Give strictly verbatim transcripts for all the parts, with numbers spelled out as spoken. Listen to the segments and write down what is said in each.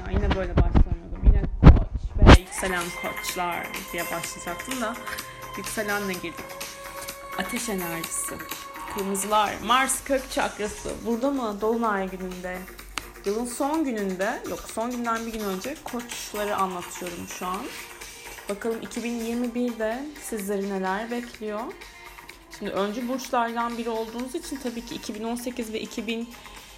ya. Yine böyle başlamıyordum. Yine koç ve yükselen koçlar diye başlayacaktım da yükselenle girdik. Ateş enerjisi. Kırmızılar. Mars kök çakrası. Burada mı? Dolunay gününde. Yılın son gününde, yok son günden bir gün önce koçları anlatıyorum şu an. Bakalım iki bin yirmi birde sizleri neler bekliyor? Şimdi öncü burçlardan biri olduğunuz için tabii ki iki bin on sekiz ve iki bin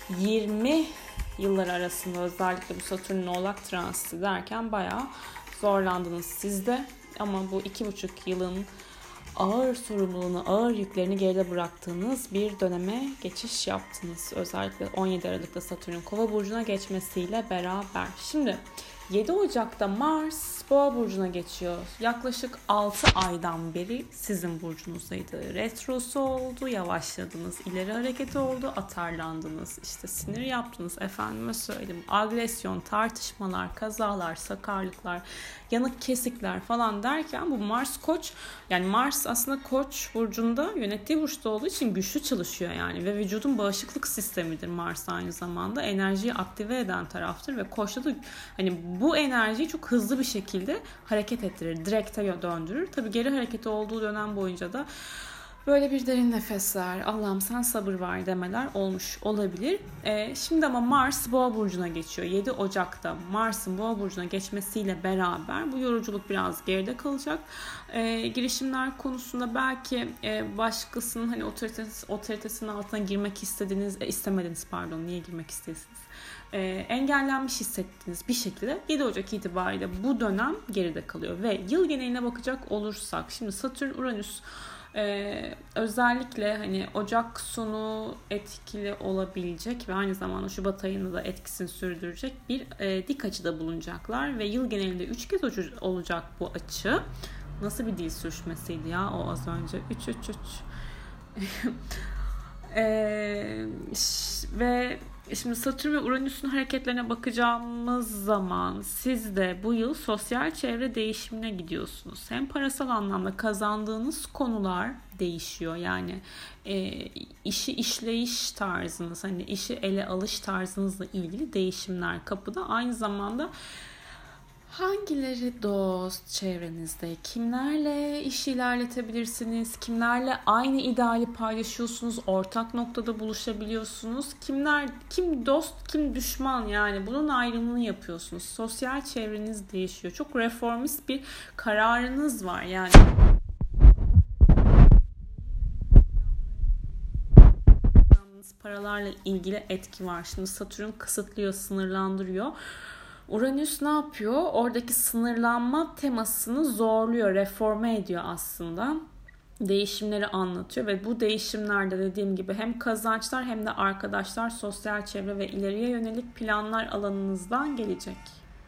yirmi yılları arasında özellikle bu Satürn'ün Oğlak transiti derken bayağı zorlandınız siz de. Ama bu iki buçuk yılın ağır sorumluluğunu, ağır yüklerini geride bıraktığınız bir döneme geçiş yaptınız. Özellikle on yedi Aralık'ta Satürn'ün Kova burcuna geçmesiyle beraber. Şimdi yedi Ocak'ta Mars Boğa burcuna geçiyor. Yaklaşık altı aydan beri sizin burcunuzdaydı. Retrosu oldu, yavaşladınız, ileri hareket oldu, atarlandınız, işte sinir yaptınız, efendime söyleyeyim, agresyon, tartışmalar, kazalar, sakarlıklar, yanık kesikler falan derken bu Mars Koç, yani Mars aslında Koç burcunda yönettiği burçta olduğu için güçlü çalışıyor yani ve vücudun bağışıklık sistemidir Mars, aynı zamanda enerjiyi aktive eden taraftır ve Koç'ta da hani bu enerjiyi çok hızlı bir şekilde hareket ettirir, direkte döndürür. Tabii geri hareketi olduğu dönem boyunca da böyle bir derin nefesler, Allah'ım sen sabır ver demeler olmuş olabilir. Ee, şimdi ama Mars Boğa burcuna geçiyor. yedi Ocak'ta Mars'ın Boğa burcuna geçmesiyle beraber bu yoruculuk biraz geride kalacak. Ee, girişimler konusunda belki e, başkasının hani otoritesi, otoritesinin altına girmek istediğiniz, e, istemediniz pardon, niye girmek istiyorsunuz? E, engellenmiş hissettiniz bir şekilde. yedi Ocak itibariyle bu dönem geride kalıyor ve yıl geneline bakacak olursak şimdi Satürn Uranüs Ee, özellikle hani Ocak sonu etkili olabilecek ve aynı zamanda Şubat ayında da etkisini sürdürecek bir e, dik açıda bulunacaklar ve yıl genelinde üç kez olacak bu açı. Nasıl bir dil sürçmesiydi ya o az önce? üç üç üç Ee, ve şimdi Satürn ve Uranüs'ün hareketlerine bakacağımız zaman siz de bu yıl sosyal çevre değişimine gidiyorsunuz. Hem parasal anlamda kazandığınız konular değişiyor. Yani e, işi işleyiş tarzınız, hani işi ele alış tarzınızla ilgili değişimler kapıda. Aynı zamanda hangileri dost çevrenizde, kimlerle iş ilerletebilirsiniz, kimlerle aynı ideali paylaşıyorsunuz, ortak noktada buluşabiliyorsunuz, kimler kim dost, kim düşman, yani bunun ayrımını yapıyorsunuz. Sosyal çevreniz değişiyor. Çok reformist bir kararınız var yani. Paralarla ilgili etki var. Şimdi Satürn kısıtlıyor, sınırlandırıyor. Uranüs ne yapıyor? Oradaki sınırlanma temasını zorluyor, reforme ediyor aslında. Değişimleri anlatıyor ve bu değişimlerde dediğim gibi hem kazançlar hem de arkadaşlar, sosyal çevre ve ileriye yönelik planlar alanınızdan gelecek.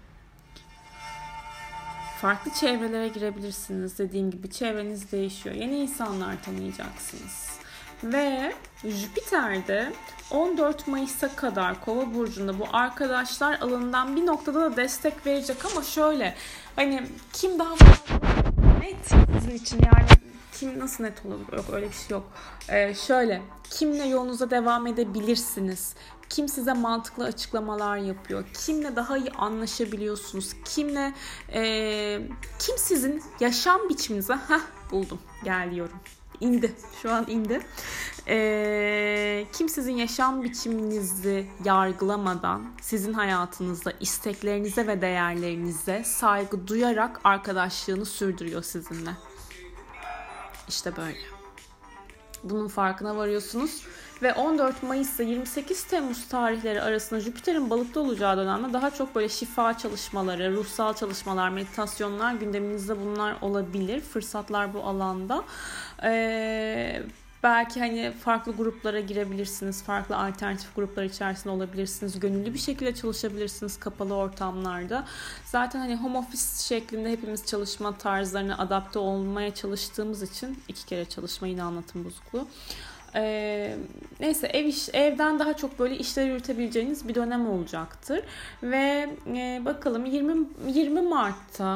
Farklı çevrelere girebilirsiniz. Dediğim gibi çevreniz değişiyor. Yeni insanlar tanıyacaksınız. Ve Jüpiter'de on dört Mayıs'a kadar Kova burcunda bu arkadaşlar alanından bir noktada da destek verecek ama şöyle, hani kim daha net sizin için, yani kim nasıl net olur? Yok öyle bir şey yok. Ee, şöyle, kimle yolunuza devam edebilirsiniz? Kim size mantıklı açıklamalar yapıyor? Kimle daha iyi anlaşabiliyorsunuz? Kimle e, kim sizin yaşam biçiminize heh buldum geliyorum. İndi. Şu an indi. Ee, kim sizin yaşam biçiminizi yargılamadan sizin hayatınızda isteklerinize ve değerlerinize saygı duyarak arkadaşlığını sürdürüyor sizinle. İşte böyle. Bunun farkına varıyorsunuz. Ve on dört Mayıs ile yirmi sekiz Temmuz tarihleri arasında Jüpiter'in balıkta olacağı dönemde daha çok böyle şifa çalışmaları, ruhsal çalışmalar, meditasyonlar gündeminizde bunlar olabilir. Fırsatlar bu alanda. Ee, belki hani farklı gruplara girebilirsiniz. Farklı alternatif gruplar içerisinde olabilirsiniz. Gönüllü bir şekilde çalışabilirsiniz kapalı ortamlarda. Zaten hani home office şeklinde hepimiz çalışma tarzlarına adapte olmaya çalıştığımız için iki kere çalışma, yine anlatım bozukluğu. Ee, neyse ev iş, evden daha çok böyle işler yürütebileceğiniz bir dönem olacaktır ve e, bakalım yirmi Mart'ta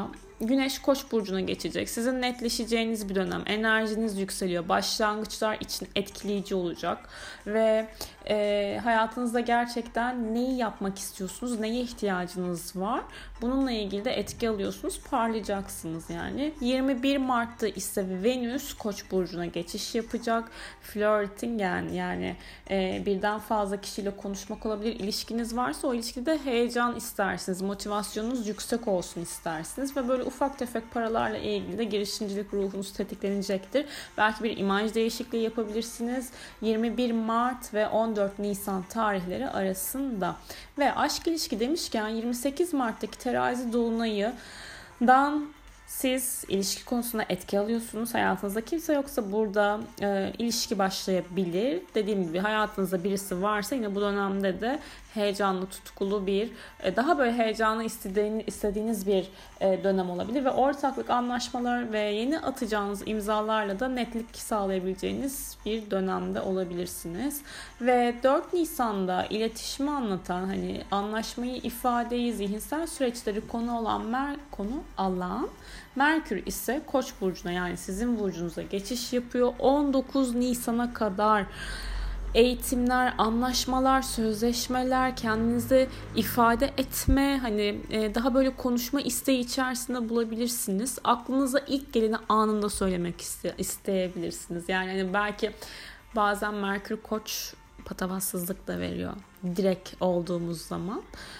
Güneş Koç burcuna geçecek. Sizin netleşeceğiniz bir dönem. Enerjiniz yükseliyor. Başlangıçlar için etkileyici olacak. Ve e, hayatınızda gerçekten neyi yapmak istiyorsunuz? Neye ihtiyacınız var? Bununla ilgili de etki alıyorsunuz. Parlayacaksınız yani. yirmi bir Mart'ta ise Venüs Koç burcuna geçiş yapacak. Flirtingen yani e, birden fazla kişiyle konuşmak olabilir. İlişkiniz varsa o ilişkide heyecan istersiniz. Motivasyonunuz yüksek olsun istersiniz. Ve böyle ufak tefek paralarla ilgili de girişimcilik ruhunuz tetiklenecektir. Belki bir imaj değişikliği yapabilirsiniz. yirmi bir Mart ve on dört Nisan tarihleri arasında. Ve aşk ilişki demişken yirmi sekiz Mart'taki terazi dolunayından siz ilişki konusunda etki alıyorsunuz. Hayatınızda kimse yoksa burada e, ilişki başlayabilir. Dediğim gibi hayatınızda birisi varsa yine bu dönemde de heyecanlı, tutkulu bir, e, daha böyle heyecanlı istediğiniz, istediğiniz bir e, dönem olabilir. Ve ortaklık, anlaşmalar ve yeni atacağınız imzalarla da netlik sağlayabileceğiniz bir dönemde olabilirsiniz. Ve dört Nisan'da iletişimi anlatan, hani anlaşmayı, ifadeyi, zihinsel süreçleri konu olan mer konu alan Merkür ise Koç burcuna yani sizin burcunuza geçiş yapıyor. on dokuz Nisan'a kadar eğitimler, anlaşmalar, sözleşmeler, kendinizi ifade etme, hani daha böyle konuşma isteği içerisinde bulabilirsiniz. Aklınıza ilk geleni anında söylemek iste- isteyebilirsiniz. Yani hani belki bazen Merkür Koç patavatsızlık da veriyor. Direkt olduğumuz zaman.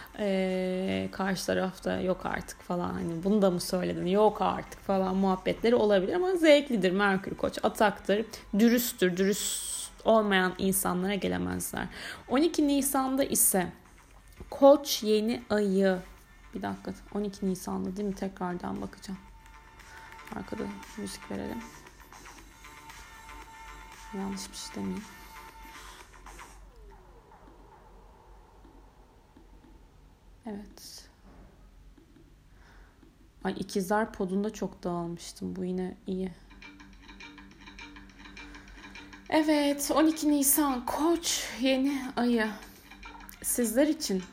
Ee, karşı tarafta yok artık falan, hani bunu da mı söyledin, yok artık falan muhabbetleri olabilir ama zevklidir. Merkür Koç ataktır, dürüsttür, dürüst olmayan insanlara gelemezler. on iki Nisan'da ise Koç yeni ayı, bir dakika on iki Nisan'da değil mi, tekrardan bakacağım, arkada müzik verelim, yanlış bir şey demeyeyim. Evet. Ay, ikizler podunda çok dağılmıştım. Bu yine iyi. Evet, on iki Nisan Koç yeni ayı. Sizler için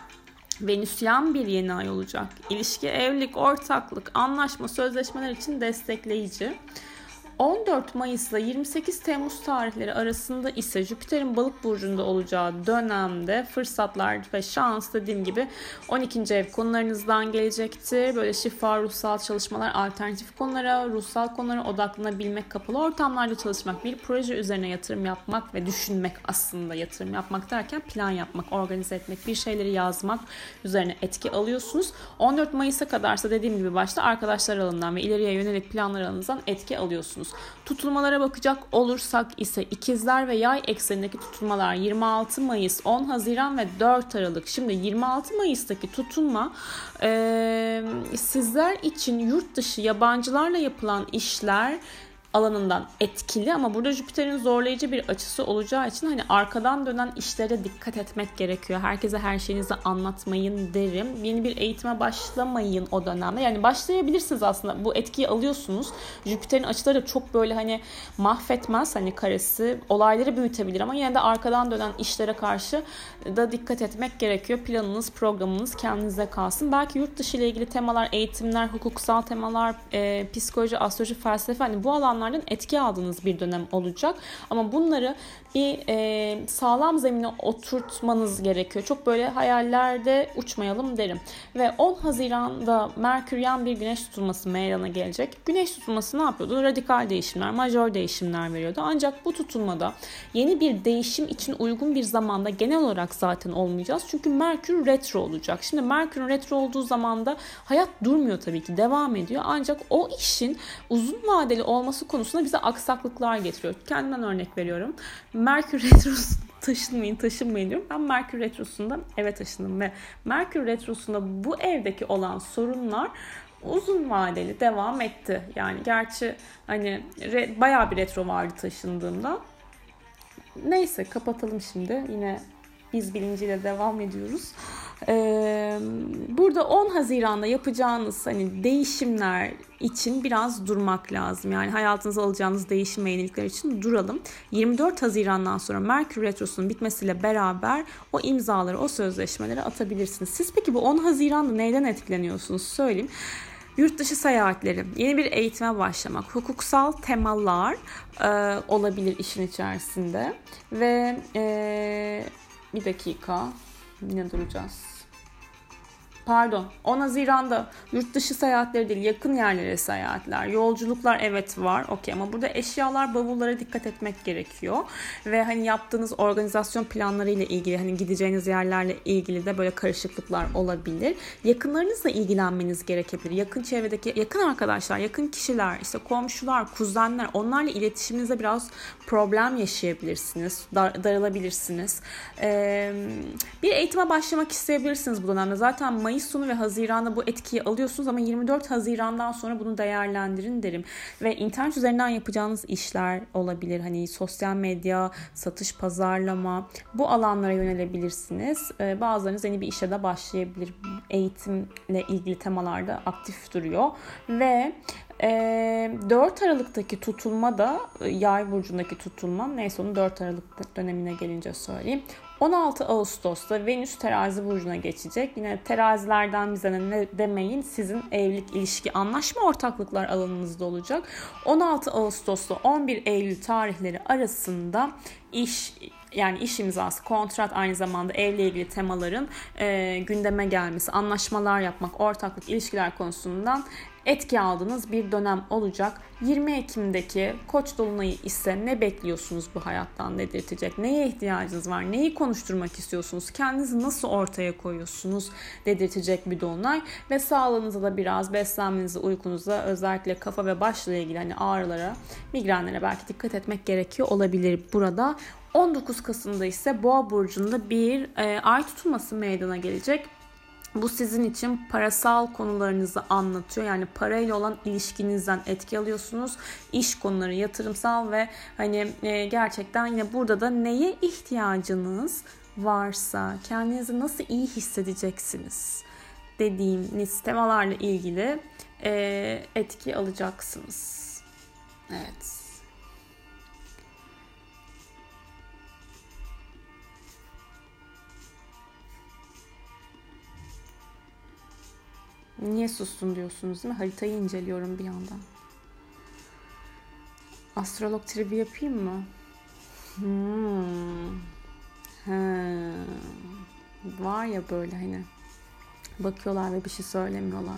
Venüsyen bir yeni ay olacak. İlişki, evlilik, ortaklık, anlaşma, sözleşmeler için destekleyici. on dört Mayıs ile yirmi sekiz Temmuz tarihleri arasında ise Jüpiter'in Balık burcunda olacağı dönemde fırsatlar ve şans, dediğim gibi on ikinci ev konularınızdan gelecektir. Böyle şifa, ruhsal çalışmalar, alternatif konulara, ruhsal konulara odaklanabilmek, kapalı ortamlarda çalışmak, bir proje üzerine yatırım yapmak ve düşünmek, aslında yatırım yapmak derken plan yapmak, organize etmek, bir şeyleri yazmak üzerine etki alıyorsunuz. on dört Mayıs'a kadarsa dediğim gibi başta arkadaşlar alanından ve ileriye yönelik planlar alanınızdan etki alıyorsunuz. Tutulmalara bakacak olursak ise ikizler ve yay eksenindeki tutulmalar yirmi altı Mayıs, on Haziran ve dört Aralık. Şimdi yirmi altı Mayıs'taki tutulma e, sizler için yurt dışı yabancılarla yapılan işler alanından etkili ama burada Jüpiter'in zorlayıcı bir açısı olacağı için hani arkadan dönen işlere dikkat etmek gerekiyor. Herkese her şeyinizi anlatmayın derim. Yeni bir eğitime başlamayın o dönemde. Yani başlayabilirsiniz aslında. Bu etkiyi alıyorsunuz. Jüpiter'in açıları çok böyle hani mahvetmez, hani karesi olayları büyütebilir ama yine de arkadan dönen işlere karşı da dikkat etmek gerekiyor. Planınız, programınız kendinize kalsın. Belki yurt dışı ile ilgili temalar, eğitimler, hukuksal temalar, e, psikoloji, astroloji, felsefe, hani bu alanlar etki aldığınız bir dönem olacak. Ama bunları bir e, sağlam zemine oturtmanız gerekiyor. Çok böyle hayallerde uçmayalım derim. Ve on Haziran'da Merküryen bir güneş tutulması meydana gelecek. Güneş tutulması ne yapıyordu? Radikal değişimler, majör değişimler veriyordu. Ancak bu tutulmada yeni bir değişim için uygun bir zamanda genel olarak zaten olmayacağız. Çünkü Merkür retro olacak. Şimdi Merkür'ün retro olduğu zamanda hayat durmuyor tabii ki, devam ediyor. Ancak o işin uzun vadeli olması konusunda bize aksaklıklar getiriyor. Kendimden örnek veriyorum. Merkür retrosu taşınmayın, taşınmayın diyorum. Ben Merkür retrosunda eve taşındım ve Merkür retrosunda bu evdeki olan sorunlar uzun vadeli devam etti. Yani gerçi hani re, bayağı bir retro vardı taşındığımda. Neyse, kapatalım şimdi. Yine biz bilinciyle devam ediyoruz. Ee, burada on Haziran'da yapacağınız hani değişimler için biraz durmak lazım. Yani hayatınıza alacağınız değişim ve yenilikler için duralım. yirmi dört Haziran'dan sonra Merkür Retrosu'nun bitmesiyle beraber o imzaları, o sözleşmeleri atabilirsiniz. Siz peki bu on Haziran'da neyden etkileniyorsunuz söyleyeyim. Yurt dışı seyahatleri, yeni bir eğitime başlamak, hukuksal temalar e, olabilir işin içerisinde. Ve e, bir dakika, yine duracağız. Pardon, on Haziran'da yurt dışı seyahatleri değil, yakın yerlere seyahatler, yolculuklar evet var, okey, ama burada eşyalar, bavullara dikkat etmek gerekiyor. Ve hani yaptığınız organizasyon planları ile ilgili, hani gideceğiniz yerlerle ilgili de böyle karışıklıklar olabilir. Yakınlarınızla ilgilenmeniz gerekebilir. Yakın çevredeki, yakın arkadaşlar, yakın kişiler, işte komşular, kuzenler, onlarla iletişiminizde biraz problem yaşayabilirsiniz, dar, darılabilirsiniz. Ee, bir eğitime başlamak isteyebilirsiniz bu dönemde. Zaten Mayıs sonu ve Haziran'da bu etkiyi alıyorsunuz ama yirmi dört Haziran'dan sonra bunu değerlendirin derim. Ve internet üzerinden yapacağınız işler olabilir. Hani sosyal medya, satış, pazarlama, bu alanlara yönelebilirsiniz. Ee, bazılarınız yeni bir işe de başlayabilir. Eğitimle ilgili temalarda aktif duruyor. Ve E, dört Aralık'taki tutulma da Yay burcundaki tutulma, neyse onu dört Aralık dönemine gelince söyleyeyim. on altı Ağustos'ta Venüs terazi burcuna geçecek. Yine terazilerden bize ne demeyin, sizin evlilik, ilişki, anlaşma, ortaklıklar alanınızda olacak. on altı Ağustos'ta on bir Eylül tarihleri arasında iş, yani iş imzası, kontrat, aynı zamanda evle ilgili temaların e, gündeme gelmesi, anlaşmalar yapmak, ortaklık, ilişkiler konusundan etki aldığınız bir dönem olacak. yirmi Ekim'deki Koç dolunayı ise ne bekliyorsunuz bu hayattan dedirtecek, neye ihtiyacınız var, neyi konuşturmak istiyorsunuz, kendinizi nasıl ortaya koyuyorsunuz dedirtecek bir dolunay. Ve sağlığınıza da biraz, beslenmenize, uykunuza, özellikle kafa ve başla ilgili hani ağrılara, migrenlere belki dikkat etmek gerekiyor olabilir burada. on dokuz Kasım'da ise Boğa burcunda bir e, ay tutulması meydana gelecek. Bu sizin için parasal konularınızı anlatıyor. Yani parayla olan ilişkinizden etki alıyorsunuz. İş konuları, yatırımsal ve hani e, gerçekten yine burada da neye ihtiyacınız varsa, kendinizi nasıl iyi hissedeceksiniz dediğimiz temalarla ilgili e, etki alacaksınız. Evet. Niye sustun diyorsunuz değil mi? Haritayı inceliyorum bir yandan. Astrolog tribi yapayım mı? Hmm. He. Var ya böyle hani bakıyorlar ve bir şey söylemiyorlar.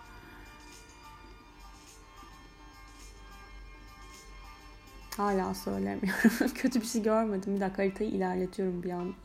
Hala söylemiyorum. Kötü bir şey görmedim. Bir dakika, haritayı ilerletiyorum bir yandan.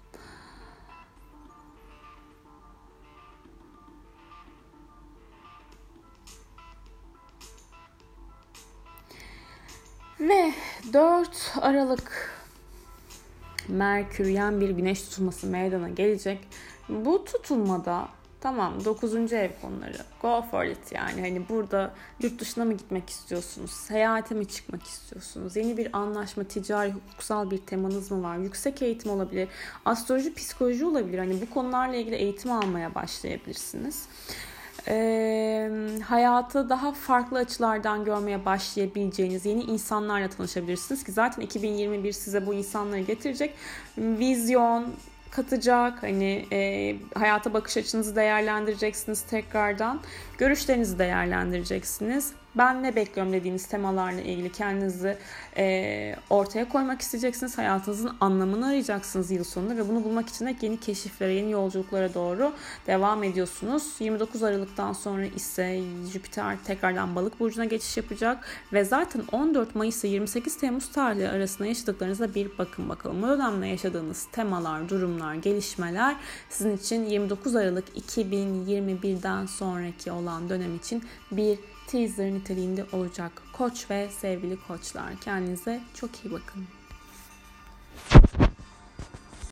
Ve dört Aralık Merküryen bir güneş tutulması meydana gelecek. Bu tutulmada tamam, dokuzuncu ev konuları, go for it, yani hani burada yurt dışına mı gitmek istiyorsunuz, seyahate mi çıkmak istiyorsunuz, yeni bir anlaşma, ticari, hukuksal bir temanız mı var, yüksek eğitim olabilir, astroloji, psikoloji olabilir, hani bu konularla ilgili eğitim almaya başlayabilirsiniz. Ee, hayatı daha farklı açılardan görmeye başlayabileceğiniz yeni insanlarla tanışabilirsiniz ki zaten iki bin yirmi bir size bu insanları getirecek. Vizyon katacak, hani e, hayata bakış açınızı değerlendireceksiniz tekrardan, görüşlerinizi değerlendireceksiniz. Ben ne bekliyorum dediğiniz temalarla ilgili kendinizi e, ortaya koymak isteyeceksiniz. Hayatınızın anlamını arayacaksınız yıl sonunda ve bunu bulmak için de yeni keşiflere, yeni yolculuklara doğru devam ediyorsunuz. yirmi dokuz Aralık'tan sonra ise Jüpiter tekrardan Balık burcuna geçiş yapacak ve zaten on dört Mayıs ile yirmi sekiz Temmuz tarihleri arasında yaşadıklarınıza bir bakın bakalım. Bu dönemde yaşadığınız temalar, durumlar, gelişmeler sizin için yirmi dokuz Aralık iki bin yirmi birden sonraki olan dönem için bir teaser niteliğinde olacak. Koç ve sevgili koçlar, kendinize çok iyi bakın.